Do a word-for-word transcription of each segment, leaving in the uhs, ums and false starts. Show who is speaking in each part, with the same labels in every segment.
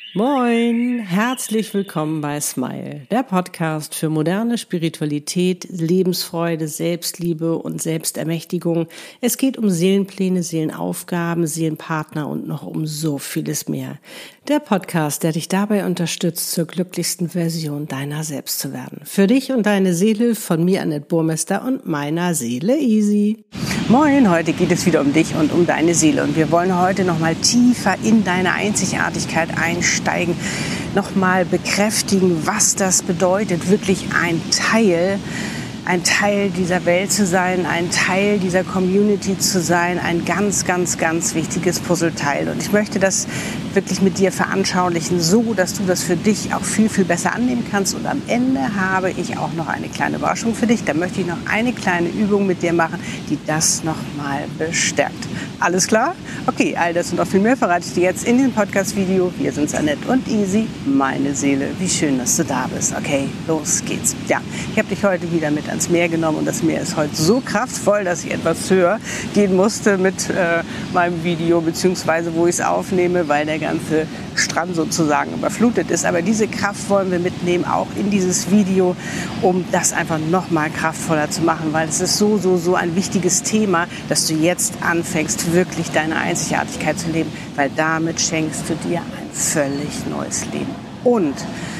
Speaker 1: Moin, herzlich willkommen bei Smile, der Podcast für moderne Spiritualität, Lebensfreude, Selbstliebe und Selbstermächtigung. Es geht um Seelenpläne, Seelenaufgaben, Seelenpartner und noch um so vieles mehr. Der Podcast, der dich dabei unterstützt, zur glücklichsten Version deiner selbst zu werden. Für dich und deine Seele von mir, Annette Burmester, und meiner Seele Easy. Moin, heute geht es wieder um dich und um deine Seele. Und wir wollen heute nochmal tiefer in deine Einzigartigkeit einsteigen, nochmal bekräftigen, was das bedeutet, wirklich ein Teil ein Teil dieser Welt zu sein, ein Teil dieser Community zu sein, ein ganz, ganz, ganz wichtiges Puzzleteil. Und ich möchte das wirklich mit dir veranschaulichen, so dass du das für dich auch viel, viel besser annehmen kannst. Und am Ende habe ich auch noch eine kleine Überraschung für dich. Da möchte ich noch eine kleine Übung mit dir machen, die das nochmal bestärkt. Alles klar? Okay, all das und noch viel mehr verrate ich dir jetzt in diesem Podcast-Video. Wir sind Annette und Easy, meine Seele. Wie schön, dass du da bist. Okay, los geht's. Ja, ich habe dich heute wieder mit ans Meer genommen und das Meer ist heute so kraftvoll, dass ich etwas höher gehen musste mit äh, meinem Video, beziehungsweise wo ich es aufnehme, weil der ganze Strand sozusagen überflutet ist. Aber diese Kraft wollen wir mitnehmen, auch in dieses Video, um das einfach noch mal kraftvoller zu machen, weil es ist so, so, so ein wichtiges Thema, dass du jetzt anfängst, wirklich deine Einzigartigkeit zu leben, weil damit schenkst du dir ein völlig neues Leben. Und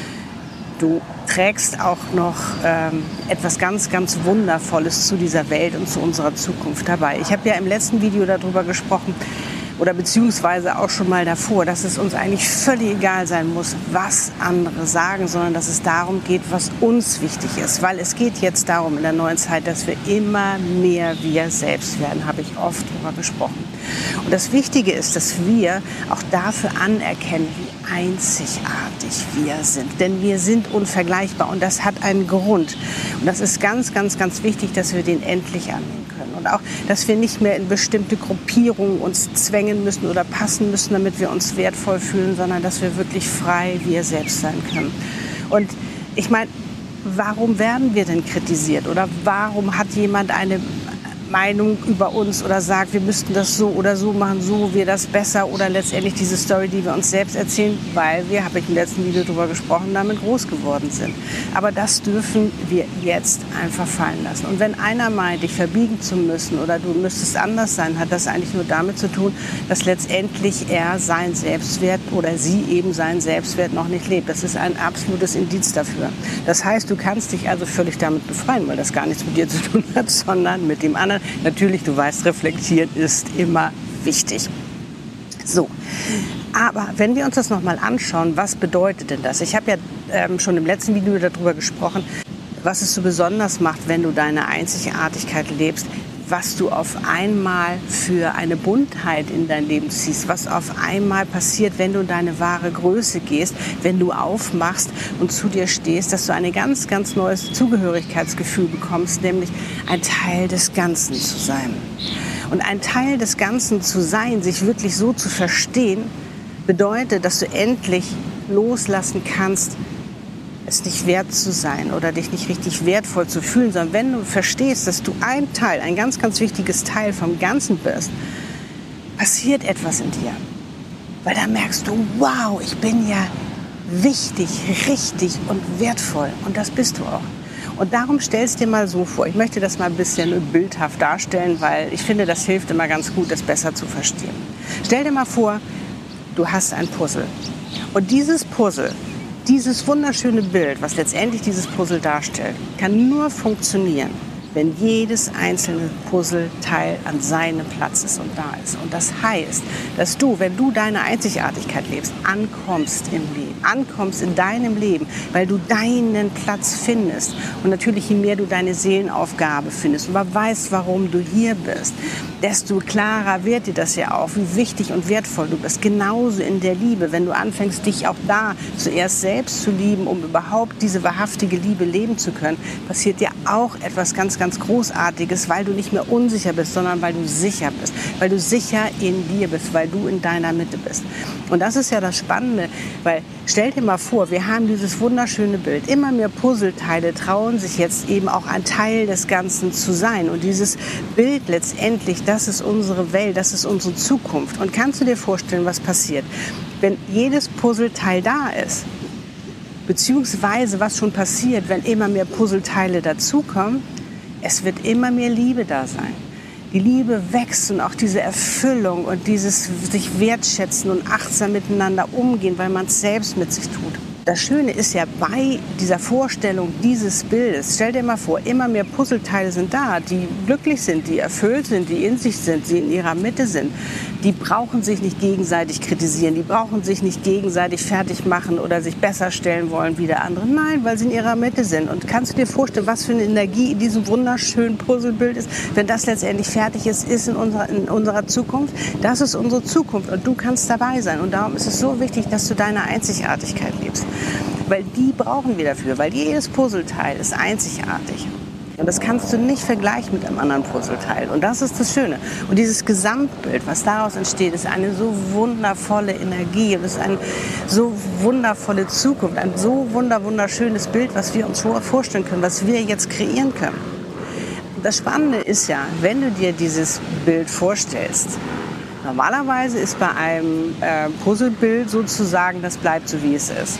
Speaker 1: du trägst auch noch ähm, etwas ganz, ganz Wundervolles zu dieser Welt und zu unserer Zukunft dabei. Ich habe ja im letzten Video darüber gesprochen, oder beziehungsweise auch schon mal davor, dass es uns eigentlich völlig egal sein muss, was andere sagen, sondern dass es darum geht, was uns wichtig ist. Weil es geht jetzt darum in der neuen Zeit, dass wir immer mehr wir selbst werden, habe ich oft darüber gesprochen. Und das Wichtige ist, dass wir auch dafür anerkennen, wie einzigartig wir sind. Denn wir sind unvergleichbar und das hat einen Grund. Und das ist ganz, ganz, ganz wichtig, dass wir den endlich annehmen können. Und auch, dass wir nicht mehr in bestimmte Gruppierungen uns zwängen müssen oder passen müssen, damit wir uns wertvoll fühlen, sondern dass wir wirklich frei wir selbst sein können. Und ich meine, warum werden wir denn kritisiert? Oder warum hat jemand eine Meinung über uns oder sagt, wir müssten das so oder so machen, so wäre das besser, oder letztendlich diese Story, die wir uns selbst erzählen, weil wir, habe ich im letzten Video darüber gesprochen, damit groß geworden sind. Aber das dürfen wir jetzt einfach fallen lassen. Und wenn einer meint, dich verbiegen zu müssen oder du müsstest anders sein, hat das eigentlich nur damit zu tun, dass letztendlich er seinen Selbstwert oder sie eben seinen Selbstwert noch nicht lebt. Das ist ein absolutes Indiz dafür. Das heißt, du kannst dich also völlig damit befreien, weil das gar nichts mit dir zu tun hat, sondern mit dem anderen. Natürlich, du weißt, reflektieren ist immer wichtig. So, aber wenn wir uns das nochmal anschauen, was bedeutet denn das? Ich habe ja ähm, schon im letzten Video darüber gesprochen, was es so besonders macht, wenn du deine Einzigartigkeit lebst, was du auf einmal für eine Buntheit in dein Leben ziehst, was auf einmal passiert, wenn du in deine wahre Größe gehst, wenn du aufmachst und zu dir stehst, dass du ein ganz, ganz neues Zugehörigkeitsgefühl bekommst, nämlich ein Teil des Ganzen zu sein. Und ein Teil des Ganzen zu sein, sich wirklich so zu verstehen, bedeutet, dass du endlich loslassen kannst, es nicht wert zu sein oder dich nicht richtig wertvoll zu fühlen, sondern wenn du verstehst, dass du ein Teil, ein ganz, ganz wichtiges Teil vom Ganzen bist, passiert etwas in dir. Weil da merkst du, wow, ich bin ja wichtig, richtig und wertvoll. Und das bist du auch. Und darum stellst dir mal so vor, ich möchte das mal ein bisschen bildhaft darstellen, weil ich finde, das hilft immer ganz gut, das besser zu verstehen. Stell dir mal vor, du hast ein Puzzle. Und dieses Puzzle, dieses wunderschöne Bild, was letztendlich dieses Puzzle darstellt, kann nur funktionieren, wenn jedes einzelne Puzzleteil an seinem Platz ist und da ist. Und das heißt, dass du, wenn du deine Einzigartigkeit lebst, ankommst im Leben, ankommst in deinem Leben, weil du deinen Platz findest. Und natürlich, je mehr du deine Seelenaufgabe findest und weißt, warum du hier bist, desto klarer wird dir das ja auch, wie wichtig und wertvoll du bist. Genauso in der Liebe, wenn du anfängst, dich auch da zuerst selbst zu lieben, um überhaupt diese wahrhaftige Liebe leben zu können, passiert dir auch etwas ganz ganz Großartiges, weil du nicht mehr unsicher bist, sondern weil du sicher bist, weil du sicher in dir bist, weil du in deiner Mitte bist. Und das ist ja das Spannende, weil stell dir mal vor, wir haben dieses wunderschöne Bild. Immer mehr Puzzleteile trauen sich jetzt eben auch ein Teil des Ganzen zu sein. Und dieses Bild letztendlich, das ist unsere Welt, das ist unsere Zukunft. Und kannst du dir vorstellen, was passiert, wenn jedes Puzzleteil da ist? Beziehungsweise was schon passiert, wenn immer mehr Puzzleteile dazukommen, es wird immer mehr Liebe da sein. Die Liebe wächst und auch diese Erfüllung und dieses sich wertschätzen und achtsam miteinander umgehen, weil man es selbst mit sich tut. Das Schöne ist ja bei dieser Vorstellung dieses Bildes, stell dir mal vor, immer mehr Puzzleteile sind da, die glücklich sind, die erfüllt sind, die in sich sind, die in ihrer Mitte sind. Die brauchen sich nicht gegenseitig kritisieren, die brauchen sich nicht gegenseitig fertig machen oder sich besser stellen wollen wie der andere. Nein, weil sie in ihrer Mitte sind. Und kannst du dir vorstellen, was für eine Energie in diesem wunderschönen Puzzlebild ist, wenn das letztendlich fertig ist, ist in unserer, in unserer Zukunft? Das ist unsere Zukunft und du kannst dabei sein. Und darum ist es so wichtig, dass du deine Einzigartigkeit lebst. Weil die brauchen wir dafür, weil jedes Puzzleteil ist einzigartig. Und das kannst du nicht vergleichen mit einem anderen Puzzleteil. Und das ist das Schöne. Und dieses Gesamtbild, was daraus entsteht, ist eine so wundervolle Energie. Und ist eine so wundervolle Zukunft. Ein so wunder, wunderschönes Bild, was wir uns vorstellen können, was wir jetzt kreieren können. Das Spannende ist ja, wenn du dir dieses Bild vorstellst, normalerweise ist bei einem äh, Puzzlebild sozusagen, das bleibt so, wie es ist.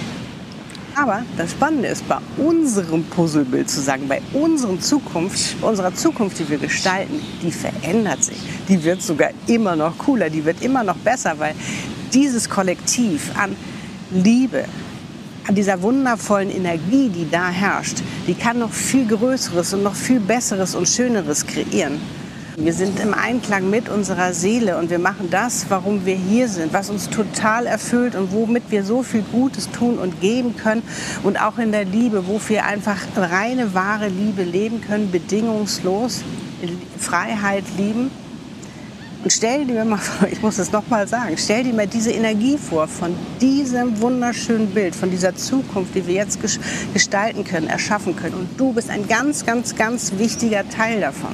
Speaker 1: Aber das Spannende ist, bei unserem Puzzlebild zu sagen, bei unserer Zukunft, unserer Zukunft, die wir gestalten, die verändert sich. Die wird sogar immer noch cooler, die wird immer noch besser, weil dieses Kollektiv an Liebe, an dieser wundervollen Energie, die da herrscht, die kann noch viel Größeres und noch viel Besseres und Schöneres kreieren. Wir sind im Einklang mit unserer Seele und wir machen das, warum wir hier sind, was uns total erfüllt und womit wir so viel Gutes tun und geben können und auch in der Liebe, wo wir einfach reine, wahre Liebe leben können, bedingungslos, Freiheit lieben. Und stell dir mal vor, ich muss es nochmal sagen, stell dir mal diese Energie vor von diesem wunderschönen Bild, von dieser Zukunft, die wir jetzt gestalten können, erschaffen können. Und du bist ein ganz, ganz, ganz wichtiger Teil davon.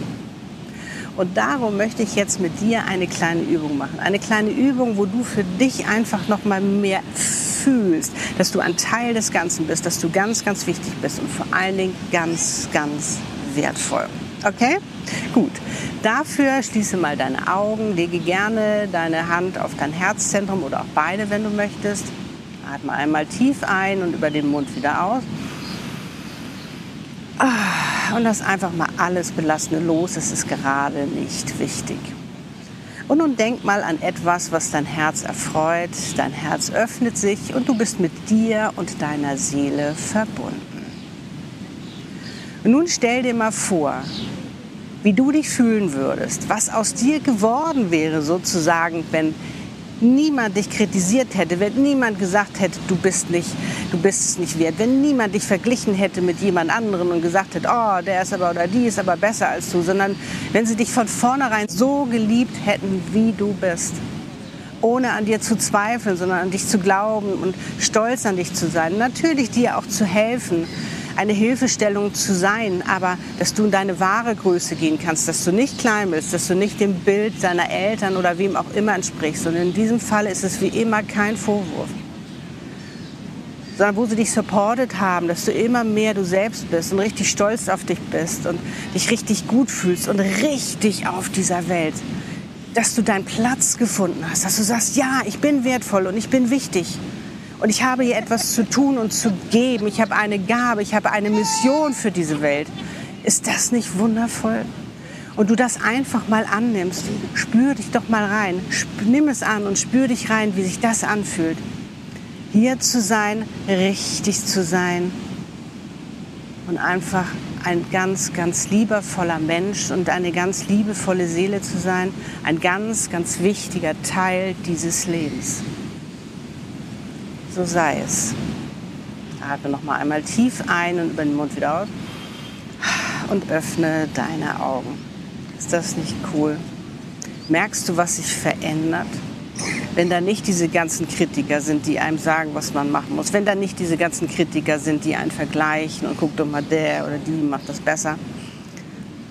Speaker 1: Und darum möchte ich jetzt mit dir eine kleine Übung machen. Eine kleine Übung, wo du für dich einfach noch mal mehr fühlst, dass du ein Teil des Ganzen bist, dass du ganz, ganz wichtig bist und vor allen Dingen ganz, ganz wertvoll. Okay? Gut. Dafür schließe mal deine Augen, lege gerne deine Hand auf dein Herzzentrum oder auch beide, wenn du möchtest. Atme einmal tief ein und über den Mund wieder aus. Und lass einfach mal alles Belastende los, es ist gerade nicht wichtig. Und nun denk mal an etwas, was dein Herz erfreut, dein Herz öffnet sich und du bist mit dir und deiner Seele verbunden. Und nun stell dir mal vor, wie du dich fühlen würdest, was aus dir geworden wäre sozusagen, wenn niemand dich kritisiert hätte, wenn niemand gesagt hätte, du bist nicht, du bist es nicht wert, wenn niemand dich verglichen hätte mit jemand anderem und gesagt hätte, oh, der ist aber oder die ist aber besser als du, sondern wenn sie dich von vornherein so geliebt hätten, wie du bist, ohne an dir zu zweifeln, sondern an dich zu glauben und stolz an dich zu sein, natürlich dir auch zu helfen, eine Hilfestellung zu sein, aber dass du in deine wahre Größe gehen kannst, dass du nicht klein bist, dass du nicht dem Bild deiner Eltern oder wem auch immer entsprichst. sondern in diesem Fall ist es wie immer kein Vorwurf, sondern wo sie dich supportet haben, dass du immer mehr du selbst bist und richtig stolz auf dich bist und dich richtig gut fühlst und richtig auf dieser Welt, dass du deinen Platz gefunden hast, dass du sagst, ja, ich bin wertvoll und ich bin wichtig. Und ich habe hier etwas zu tun und zu geben. Ich habe eine Gabe, ich habe eine Mission für diese Welt. Ist das nicht wundervoll? Und du das einfach mal annimmst. Spür dich doch mal rein. Nimm es an und spür dich rein, wie sich das anfühlt. Hier zu sein, richtig zu sein. Und einfach ein ganz, ganz liebevoller Mensch und eine ganz liebevolle Seele zu sein. Ein ganz, ganz wichtiger Teil dieses Lebens. So sei es. Atme noch mal einmal tief ein und über den Mund wieder aus. Und öffne deine Augen. Ist das nicht cool? Merkst du, was sich verändert? Wenn da nicht diese ganzen Kritiker sind, die einem sagen, was man machen muss. Wenn da nicht diese ganzen Kritiker sind, die einen vergleichen und guck doch mal, der oder die macht das besser.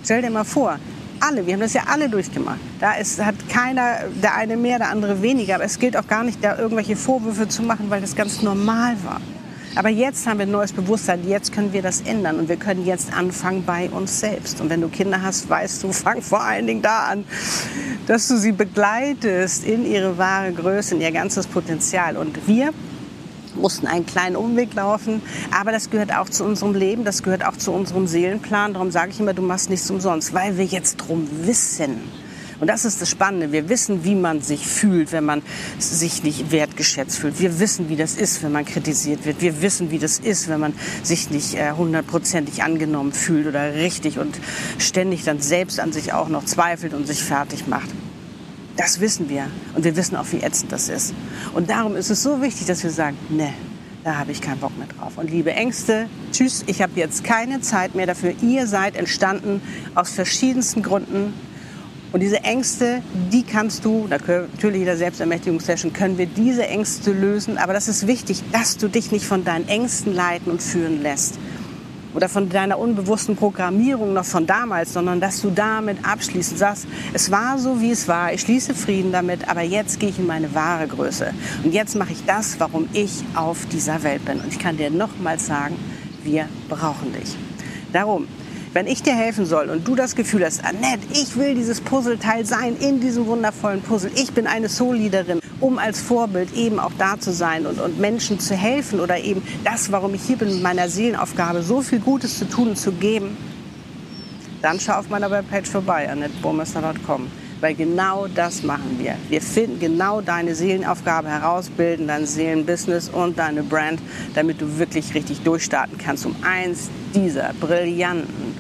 Speaker 1: Stell dir mal vor, alle, wir haben das ja alle durchgemacht. Da ist, hat keiner, der eine mehr, der andere weniger. Aber es gilt auch gar nicht, da irgendwelche Vorwürfe zu machen, weil das ganz normal war. Aber jetzt haben wir ein neues Bewusstsein, jetzt können wir das ändern und wir können jetzt anfangen bei uns selbst. Und wenn du Kinder hast, weißt du, fang vor allen Dingen da an, dass du sie begleitest in ihre wahre Größe, in ihr ganzes Potenzial. Und wir mussten einen kleinen Umweg laufen, aber das gehört auch zu unserem Leben, das gehört auch zu unserem Seelenplan. Darum sage ich immer, du machst nichts umsonst, weil wir jetzt drum wissen. Und das ist das Spannende. Wir wissen, wie man sich fühlt, wenn man sich nicht wertgeschätzt fühlt. Wir wissen, wie das ist, wenn man kritisiert wird. Wir wissen, wie das ist, wenn man sich nicht hundertprozentig angenommen fühlt oder richtig und ständig dann selbst an sich auch noch zweifelt und sich fertig macht. Das wissen wir. Und wir wissen auch, wie ätzend das ist. Und darum ist es so wichtig, dass wir sagen, ne, da habe ich keinen Bock mehr drauf. Und liebe Ängste, tschüss, ich habe jetzt keine Zeit mehr dafür. Ihr seid entstanden aus verschiedensten Gründen. Und diese Ängste, die kannst du, natürlich in der Selbstermächtigungssession können wir diese Ängste lösen. Aber das ist wichtig, dass du dich nicht von deinen Ängsten leiten und führen lässt. Oder von deiner unbewussten Programmierung noch von damals, sondern dass du damit abschließt und sagst, es war so, wie es war, ich schließe Frieden damit, aber jetzt gehe ich in meine wahre Größe. Und jetzt mache ich das, warum ich auf dieser Welt bin. Und ich kann dir nochmals sagen, wir brauchen dich. Darum, wenn ich dir helfen soll und du das Gefühl hast, Annette, ich will dieses Puzzleteil sein in diesem wundervollen Puzzle. Ich bin eine Soul-Leaderin, um als Vorbild eben auch da zu sein und, und Menschen zu helfen oder eben das, warum ich hier bin, mit meiner Seelenaufgabe, so viel Gutes zu tun und zu geben, dann schau auf meiner Webpage vorbei, annette burmester punkt com. Weil genau das machen wir. Wir finden genau deine Seelenaufgabe heraus, bilden dein Seelenbusiness und deine Brand, damit du wirklich richtig durchstarten kannst, um eins dieser brillanten,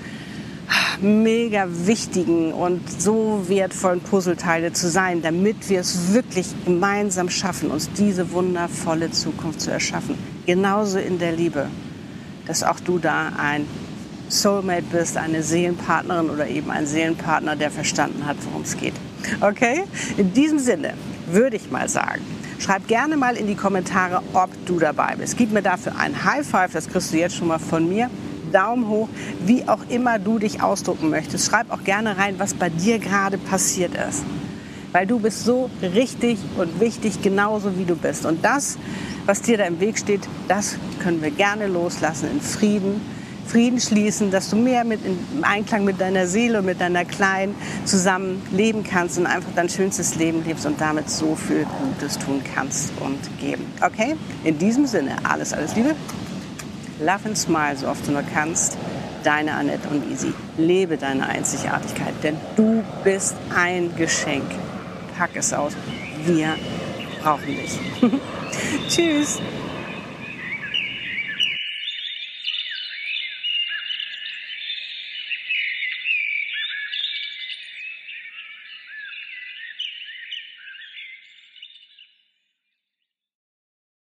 Speaker 1: mega wichtigen und so wertvollen Puzzleteile zu sein, damit wir es wirklich gemeinsam schaffen, uns diese wundervolle Zukunft zu erschaffen. Genauso in der Liebe, dass auch du da ein Soulmate bist, eine Seelenpartnerin oder eben ein Seelenpartner, der verstanden hat, worum es geht. Okay? In diesem Sinne würde ich mal sagen, schreib gerne mal in die Kommentare, ob du dabei bist. Gib mir dafür ein High Five, das kriegst du jetzt schon mal von mir. Daumen hoch, wie auch immer du dich ausdrücken möchtest. Schreib auch gerne rein, was bei dir gerade passiert ist. Weil du bist so richtig und wichtig, genauso wie du bist. Und das, was dir da im Weg steht, das können wir gerne loslassen in Frieden. Frieden schließen, dass du mehr mit im Einklang mit deiner Seele und mit deiner Kleinen zusammen leben kannst und einfach dein schönstes Leben lebst und damit so viel Gutes tun kannst und geben. Okay? In diesem Sinne, alles, alles Liebe. Love and smile, so oft du nur kannst. Deine Annette und Easy. Lebe deine Einzigartigkeit, denn du bist ein Geschenk. Pack es aus. Wir brauchen dich. Tschüss.